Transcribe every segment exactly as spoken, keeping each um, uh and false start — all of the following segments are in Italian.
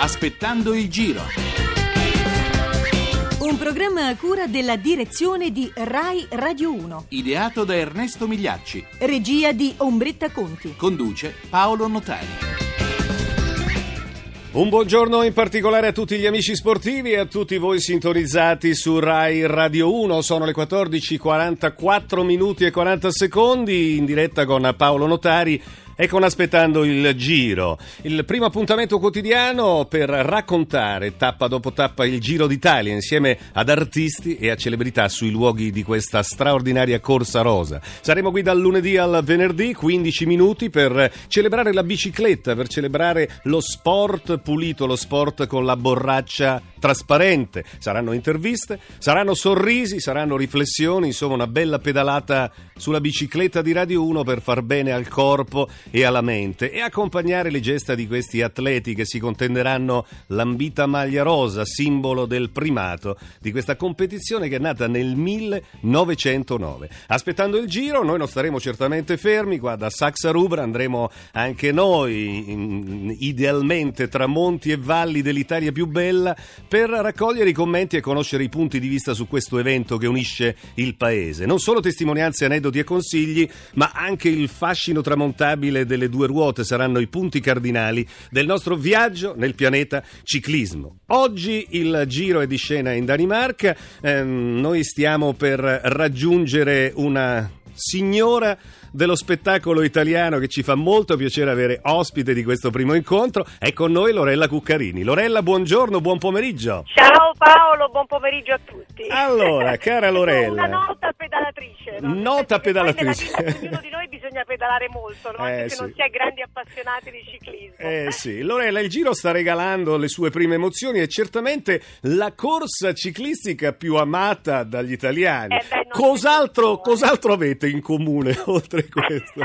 Aspettando il giro. Un programma a cura della direzione di Rai Radio uno. Ideato da Ernesto Migliacci. Regia di Ombretta Conti. Conduce Paolo Notari. Un buongiorno in particolare a tutti gli amici sportivi e a tutti voi sintonizzati su Rai Radio uno. Sono le quattordici e quarantaquattro minuti e quaranta secondi in diretta con Paolo Notari e con Aspettando il Giro, il primo appuntamento quotidiano per raccontare tappa dopo tappa il Giro d'Italia insieme ad artisti e a celebrità sui luoghi di questa straordinaria corsa rosa. Saremo qui dal lunedì al venerdì, quindici minuti per celebrare la bicicletta, per celebrare lo sport pulito, lo sport con la borraccia trasparente. Saranno interviste, saranno sorrisi, saranno riflessioni, insomma una bella pedalata sulla bicicletta di Radio uno per far bene al corpo e alla mente e accompagnare le gesta di questi atleti che si contenderanno l'ambita maglia rosa, simbolo del primato di questa competizione che è nata nel millenovecentonove. Aspettando il Giro, noi non staremo certamente fermi, qua da Saxa Rubra andremo anche noi in, idealmente tra monti e valli dell'Italia più bella per raccogliere i commenti e conoscere i punti di vista su questo evento che unisce il paese. Non solo testimonianze, aneddoti e consigli, ma anche il fascino tramontabile delle due ruote saranno i punti cardinali del nostro viaggio nel pianeta ciclismo. Oggi il Giro è di scena in Danimarca, eh, noi stiamo per raggiungere una signora dello spettacolo italiano che ci fa molto piacere avere ospite di questo primo incontro. È con noi Lorella Cuccarini. Lorella, buongiorno, buon pomeriggio. Ciao Paolo, buon pomeriggio a tutti. Allora, cara Lorella, una nota pedalatrice, no? Nota pedalatrice. Nella vita di ognuno di noi bisogna pedalare molto, no? Anche Eh, se sì. non si è grandi appassionati di ciclismo. Eh sì, Lorella, il Giro sta regalando le sue prime emozioni e certamente la corsa ciclistica più amata dagli italiani. Eh beh, non Cos'altro, c'è cos'altro avete in comune oltre questo?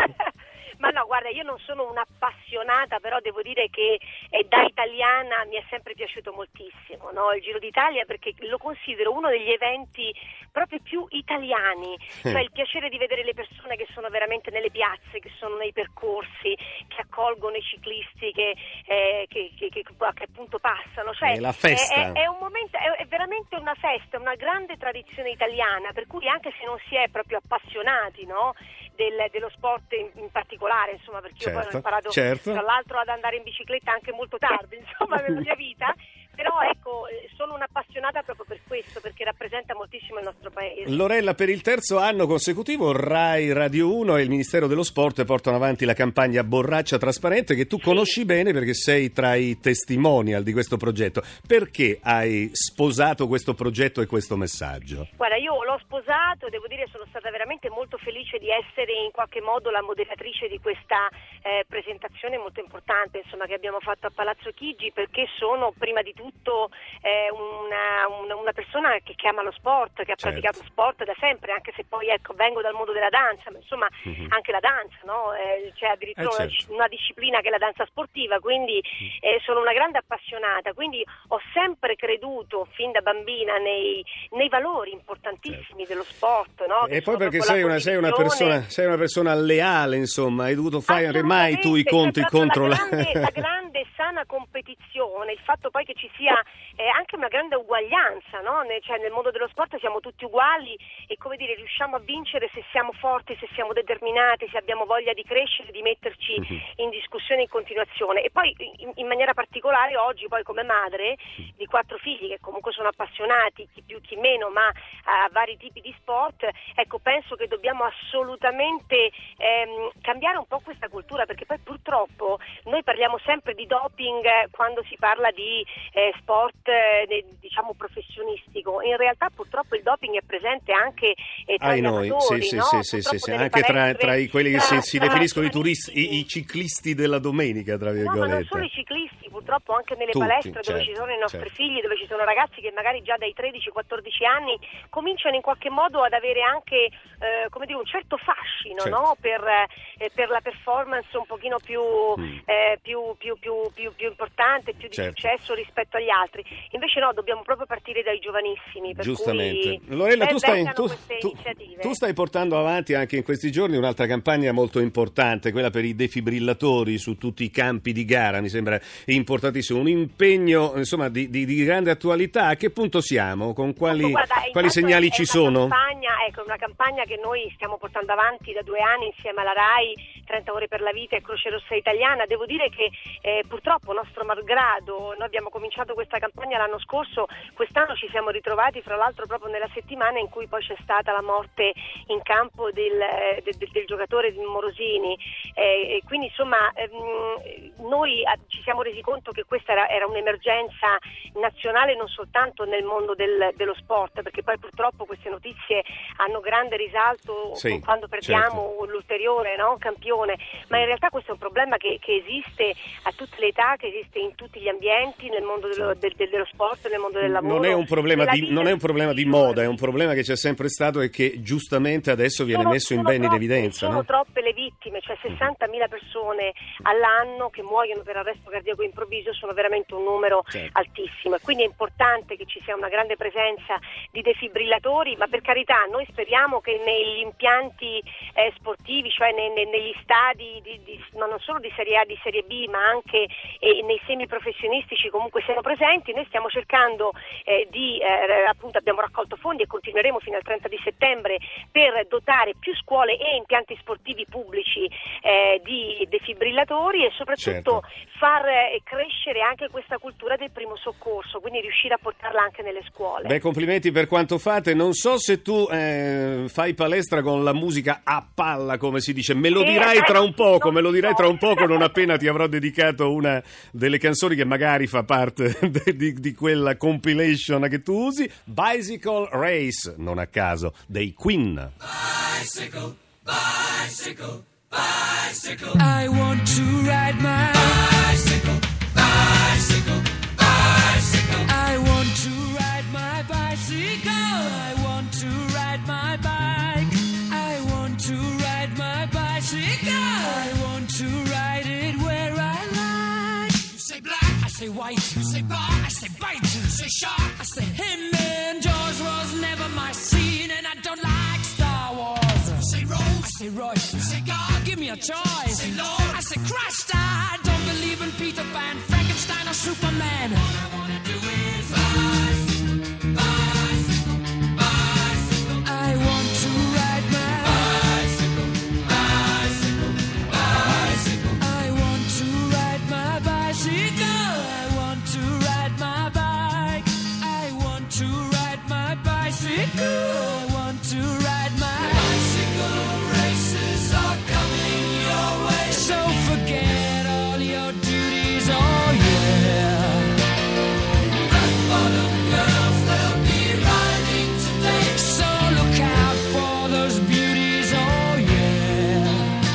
Ma no, guarda, io non sono un'appassionata, però devo dire che eh, da italiana mi è sempre piaciuto moltissimo, no? Il Giro d'Italia, perché lo considero uno degli eventi proprio più italiani, cioè il piacere di vedere le persone che sono veramente nelle piazze, che sono nei percorsi, che accolgono i ciclisti, che, eh, che, che, che, che appunto passano. Cioè, È la festa. È, è, è un momento, è, è veramente una festa, una grande tradizione italiana, per cui anche se non si è proprio appassionati, no? Del, dello sport in, in particolare, insomma, perché io Certo, poi ho imparato certo. tra l'altro ad andare in bicicletta anche molto tardi, insomma, nella mia vita, però ecco, eh, sono un'appassionata proprio per questo, perché rappresenta moltissimo il nostro paese. Lorella, per il terzo anno consecutivo Rai Radio uno e il Ministero dello Sport portano avanti la campagna Borraccia Trasparente che tu Sì. conosci bene perché sei tra i testimonial di questo progetto. Perché hai sposato questo progetto e questo messaggio? Guarda, io l'ho sposato, devo dire sono stata veramente molto felice di essere in qualche modo la moderatrice di questa eh, presentazione molto importante, insomma, che abbiamo fatto a Palazzo Chigi, perché sono prima di tutto eh, una, una, una persona che, che ama lo sport, che ha Certo. praticato sport da sempre, anche se poi ecco vengo dal mondo della danza, ma insomma Mhm. anche la danza, no? Eh, c'è addirittura Eh, una, certo. una disciplina che è la danza sportiva, quindi eh, sono una grande appassionata, quindi ho sempre creduto fin da bambina nei, nei valori importantissimi dello sport, no? Che E poi sono perché proprio sei la una, sei una condivisione. persona sei una persona leale, insomma, hai dovuto fare mai tu i conti Assolutamente, cioè contro proprio la... la grande, la grande sana competizione, il fatto poi che ci sia eh, anche una grande uguaglianza, no? Ne- cioè, nel mondo dello sport siamo tutti uguali e, come dire, riusciamo a vincere se siamo forti, se siamo determinati, se abbiamo voglia di crescere, di metterci Mhm. in discussione in continuazione. E poi in, in maniera particolare oggi, poi come madre di quattro figli che comunque sono appassionati, chi più chi meno, ma a vari tipi di sport, ecco, penso che dobbiamo assolutamente ehm, cambiare un po' questa cultura, perché poi purtroppo noi parliamo sempre di doping eh, quando si parla di eh, sport eh, de- diciamo professionistico. In realtà purtroppo il doping è presente anche eh, tra Ai gli noi, amatori, sì, sì, no? sì, sì, Purtroppo sì, sì, nelle anche tra, palestre, tra i, quelli che si, tra- si tra definiscono i giovanissimi. turisti, i, i ciclisti della domenica, tra No, ma non virgolette. solo i ciclisti, purtroppo anche nelle Tutti, palestre dove certo, ci sono i nostri certo. figli, dove ci sono ragazzi che magari già dai tredici quattordici anni cominciano in qualche modo ad avere anche eh, come dire, un certo fascino, Certo. no? per, eh, per la performance un pochino più, Mm. eh, più, più, più, più, più importante, più di Certo. successo rispetto agli altri. Invece no, dobbiamo proprio partire dai giovanissimi, per Giustamente. cui Lorella, ben tu stai, vengano tu, queste tu- iniziative. tu stai portando avanti anche in questi giorni un'altra campagna molto importante, quella per i defibrillatori su tutti i campi di gara. Mi sembra importante importantissimo, un impegno insomma di, di, di grande attualità. A che punto siamo? Con quali, Ecco, guarda, quali segnali è, ci è sono? Campagna, ecco, una campagna che noi stiamo portando avanti da due anni insieme alla RAI, trenta ore per la vita e Croce Rossa Italiana. Devo dire che eh, purtroppo, nostro malgrado, noi abbiamo cominciato questa campagna l'anno scorso, quest'anno ci siamo ritrovati fra l'altro proprio nella settimana in cui poi c'è stata la morte in campo del, del, del, del giocatore Morosini, eh, e quindi insomma ehm, noi a, ci siamo resi conto che questa era, era un'emergenza nazionale, non soltanto nel mondo del, dello sport, perché poi purtroppo queste notizie hanno grande risalto sì, quando perdiamo certo. l'ulteriore no, campione, ma in realtà questo è un problema che, che esiste a tutte le età, che esiste in tutti gli ambienti, nel mondo dello, del, dello sport, nel mondo del lavoro. Non è un problema di, vita, non è un problema di moda, è un problema che c'è sempre stato e che giustamente adesso viene sono, messo in sono bene in troppe, evidenza. Sono no? troppe le vittime, cioè sessantamila persone all'anno che muoiono per arresto cardiaco improvviso, sono veramente un numero certo. altissimo, e quindi è importante che ci sia una grande presenza di defibrillatori, ma per carità noi speriamo che negli impianti eh, sportivi, cioè nei, nei, negli stadi di, di, ma non solo di Serie A, di Serie B, ma anche eh, nei semiprofessionistici comunque siano presenti. Noi stiamo cercando eh, di, eh, appunto abbiamo raccolto fondi e continueremo fino al trenta di settembre per dotare più scuole e impianti sportivi pubblici eh, di defibrillatori e soprattutto certo. far eh, crescere anche questa cultura del primo soccorso, quindi riuscire a portarla anche nelle scuole. Beh, complimenti per quanto fate. Non so se tu eh, fai palestra con la musica a palla, come si dice. Me lo Sì, dirai eh, tra un poco, non me lo dirai so. tra un poco, non appena ti avrò dedicato una delle canzoni che magari fa parte de, di, di quella compilation che tu usi. Bicycle Race, non a caso, dei Queen. Bicycle, bicycle, bicycle. I want to ride my bicycle, bicycle, bicycle. I want to ride my bicycle. I want to ride my bike. I want to ride my bicycle. I want to ride it where I like. You say black, I say white. You say bar, I say bite. You say shark, I say him. And Jaws was never my scene, and I don't like Star Wars. You say Rose, I say Royce. You say God, give me a choice. Say Lord, I say Christ. I don't believe in Peter Pan, Frankenstein, or Superman. All I wanna do is bicycle, bicycle, bicycle. I want to ride my bicycle, bicycle, bicycle. I want to ride my bicycle. I want to ride my bike. I want to ride my bicycle. I want to ride my bicycle. Races are coming your way, so forget all your duties. Oh yeah. Fat bottom girls, they'll be riding today, so look out for those beauties. Oh yeah.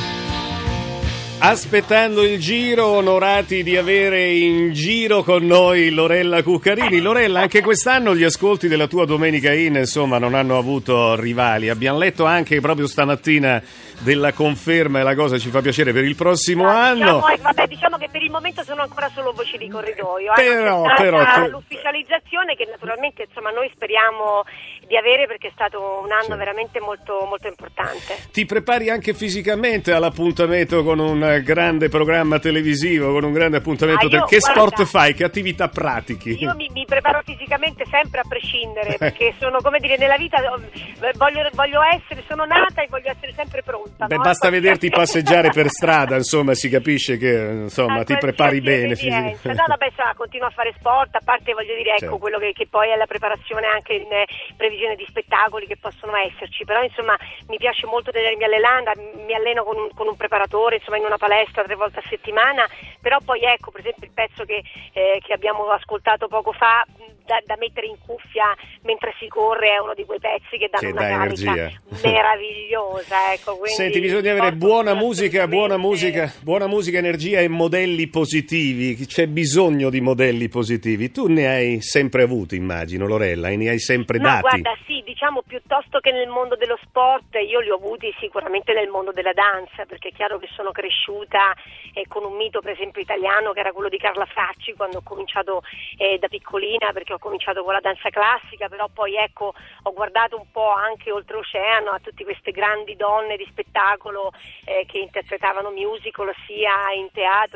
Aspettando il giro, onorati di avere in giro con noi Lorella Cuccarini. Lorella, anche quest'anno gli ascolti della tua Domenica In, insomma, non hanno avuto rivali. Abbiamo letto anche proprio stamattina della conferma, e la cosa ci fa piacere per il prossimo No, anno. diciamo, eh, vabbè, diciamo che per il momento sono ancora solo voci di corridoio. Eh. Però, Non c'è però, stata te- l'ufficializzazione che naturalmente insomma noi speriamo di avere, perché è stato un anno Sì. veramente molto, molto importante. Ti prepari anche fisicamente all'appuntamento con un grande programma televisivo, con un grande appuntamento? Ah, io, te- che guarda, sport fai? Che attività pratichi? Io mi, mi preparo fisicamente sempre a prescindere, perché sono, come dire, nella vita eh, voglio, voglio essere, sono nata e voglio essere sempre pronta. Beh, no? basta vederti passeggiare per strada, insomma, si capisce che insomma A ti prepari qualsiasi bene esperienza. fisicamente. No, vabbè, sa, continuo a fare sport, a parte voglio dire, ecco, Certo. quello che, che poi è la preparazione anche in eh, previsione di spettacoli che possono esserci, però insomma mi piace molto tenermi allenata, mi alleno con un, con un preparatore, insomma in una palestra tre volte a settimana, però poi ecco, per esempio il pezzo che, eh, che abbiamo ascoltato poco fa, da, da mettere in cuffia mentre si corre, è uno di quei pezzi che danno Che una dà carica energia. meravigliosa, ecco. Quindi Senti, bisogna avere sport buona musica, buona assolutamente- musica, buona musica, energia e modelli positivi. C'è bisogno di modelli positivi. Tu ne hai sempre avuti, immagino, Lorella, e ne hai sempre No, dati. guarda, sì, diciamo piuttosto che nel mondo dello sport, io li ho avuti sicuramente nel mondo della danza, perché è chiaro che sono cresciuta eh, con un mito, per esempio, italiano, che era quello di Carla Fracci, quando ho cominciato eh, da piccolina, perché ho cominciato con la danza classica, però poi ecco, ho guardato un po' anche oltreoceano a tutte queste grandi donne di spettacolo eh, che interpretavano musical sia in teatro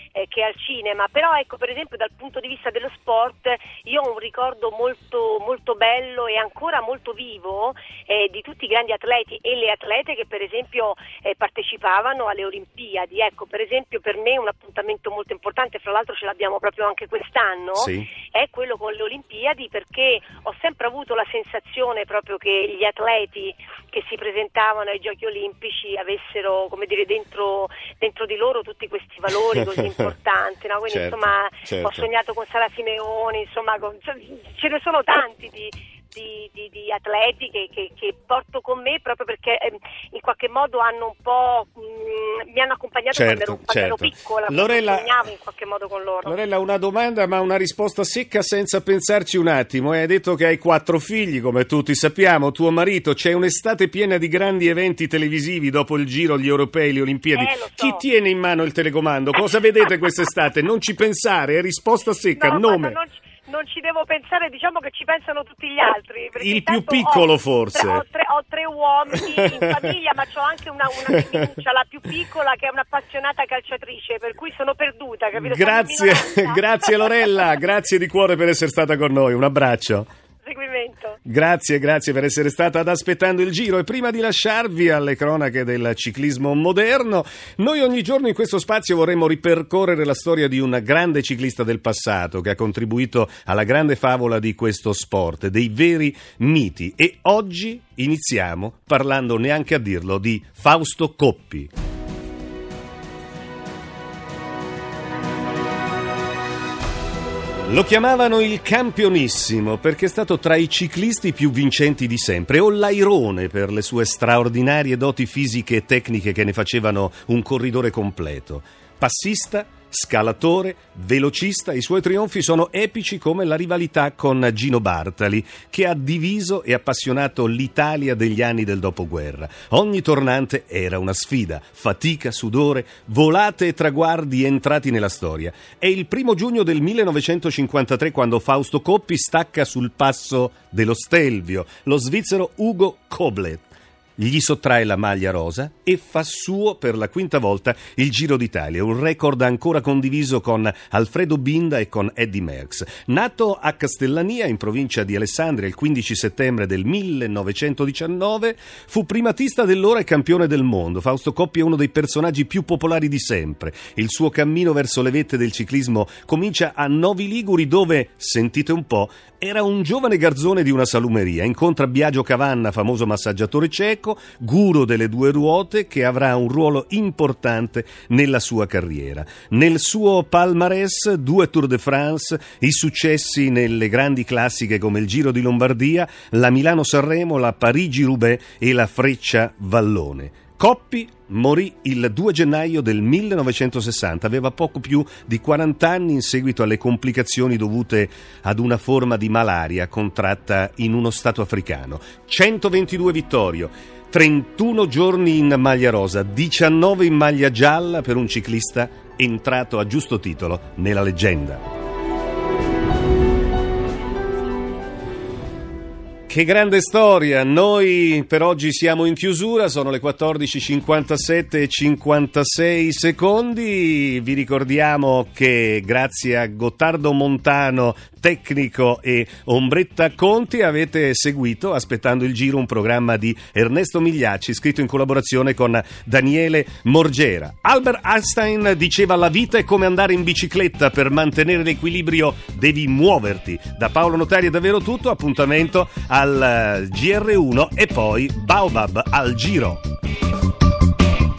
eh, che al cinema, però ecco, per esempio dal punto di vista dello sport io ho un ricordo molto, molto bello e ancora molto vivo eh, di tutti i grandi atleti e le atlete che per esempio eh, partecipavano alle Olimpiadi. Ecco, per esempio per me un appuntamento molto importante, fra l'altro ce l'abbiamo proprio anche quest'anno, sì. è quello con le Olimpiadi, perché ho sempre avuto la sensazione proprio che gli atleti che si presentavano ai Giochi Olimpici avessero, come dire, dentro, dentro di loro tutti questi valori così importanti, no? Quindi certo, insomma certo. ho sognato con Sara Simeoni, insomma con, ce ne sono tanti di Di, di, di atleti che, che, che porto con me proprio perché eh, in qualche modo hanno un po' mh, mi hanno accompagnato certo, quando, ero, quando certo. ero piccola, Lorella, sognavo in qualche modo con loro. Lorella, una domanda ma una risposta secca senza pensarci un attimo. Hai detto che hai quattro figli, come tutti sappiamo, tuo marito, c'è un'estate piena di grandi eventi televisivi dopo il Giro, gli Europei, le Olimpiadi. Eh, lo so. Chi tiene in mano il telecomando? Cosa vedete quest'estate? Non ci pensare, è risposta secca, no, nome. Non ci, non ci devo pensare, diciamo che ci pensano tutti gli altri. Il più piccolo ho, forse. Tre, ho, tre, ho tre uomini in famiglia, ma c'ho anche una, una femminuccia, la più piccola, che è un'appassionata calciatrice, per cui sono perduta, capito? Grazie, grazie Lorella, grazie di cuore per essere stata con noi, un abbraccio. Seguimento. Grazie, grazie per essere stata ad Aspettando il Giro. E prima di lasciarvi alle cronache del ciclismo moderno, noi ogni giorno in questo spazio vorremmo ripercorrere la storia di un grande ciclista del passato che ha contribuito alla grande favola di questo sport, dei veri miti. E oggi iniziamo parlando, neanche a dirlo, di Fausto Coppi. Lo chiamavano il campionissimo perché è stato tra i ciclisti più vincenti di sempre, o l'airone per le sue straordinarie doti fisiche e tecniche che ne facevano un corridore completo. Passista, scalatore, velocista, i suoi trionfi sono epici come la rivalità con Gino Bartali, che ha diviso e appassionato l'Italia degli anni del dopoguerra. Ogni tornante era una sfida, fatica, sudore, volate e traguardi entrati nella storia. È il primo giugno del millenovecentocinquantatré quando Fausto Coppi stacca sul passo dello Stelvio, lo svizzero Ugo Koblet. Gli sottrae la maglia rosa e fa suo per la quinta volta il Giro d'Italia, un record ancora condiviso con Alfredo Binda e con Eddy Merckx. Nato a Castellania, in provincia di Alessandria, il quindici settembre del millenovecentodiciannove, fu primatista dell'ora e campione del mondo. Fausto Coppi è uno dei personaggi più popolari di sempre. Il suo cammino verso le vette del ciclismo comincia a Novi Liguri, dove, sentite un po', era un giovane garzone di una salumeria. Incontra Biagio Cavanna, famoso massaggiatore ceco, guru delle due ruote, che avrà un ruolo importante nella sua carriera. Nel suo palmarès, due Tour de France, i successi nelle grandi classiche come il Giro di Lombardia, la Milano-Sanremo, la Parigi-Roubaix e la Freccia-Vallone. Coppi morì il due gennaio del millenovecentosessanta, aveva poco più di quaranta anni in seguito alle complicazioni dovute ad una forma di malaria contratta in uno stato africano. centoventidue vittorie, trentuno giorni in maglia rosa, diciannove in maglia gialla per un ciclista entrato a giusto titolo nella leggenda. Che grande storia, noi per oggi siamo in chiusura, sono le quattordici cinquantasette e cinquantasei secondi, vi ricordiamo che grazie a Gottardo Montano, tecnico, e Ombretta Conti avete seguito Aspettando il Giro, un programma di Ernesto Migliacci scritto in collaborazione con Daniele Morgera. Albert Einstein diceva: la vita è come andare in bicicletta, per mantenere l'equilibrio devi muoverti. Da Paolo Notari è davvero tutto, appuntamento al G R uno e poi Baobab al Giro.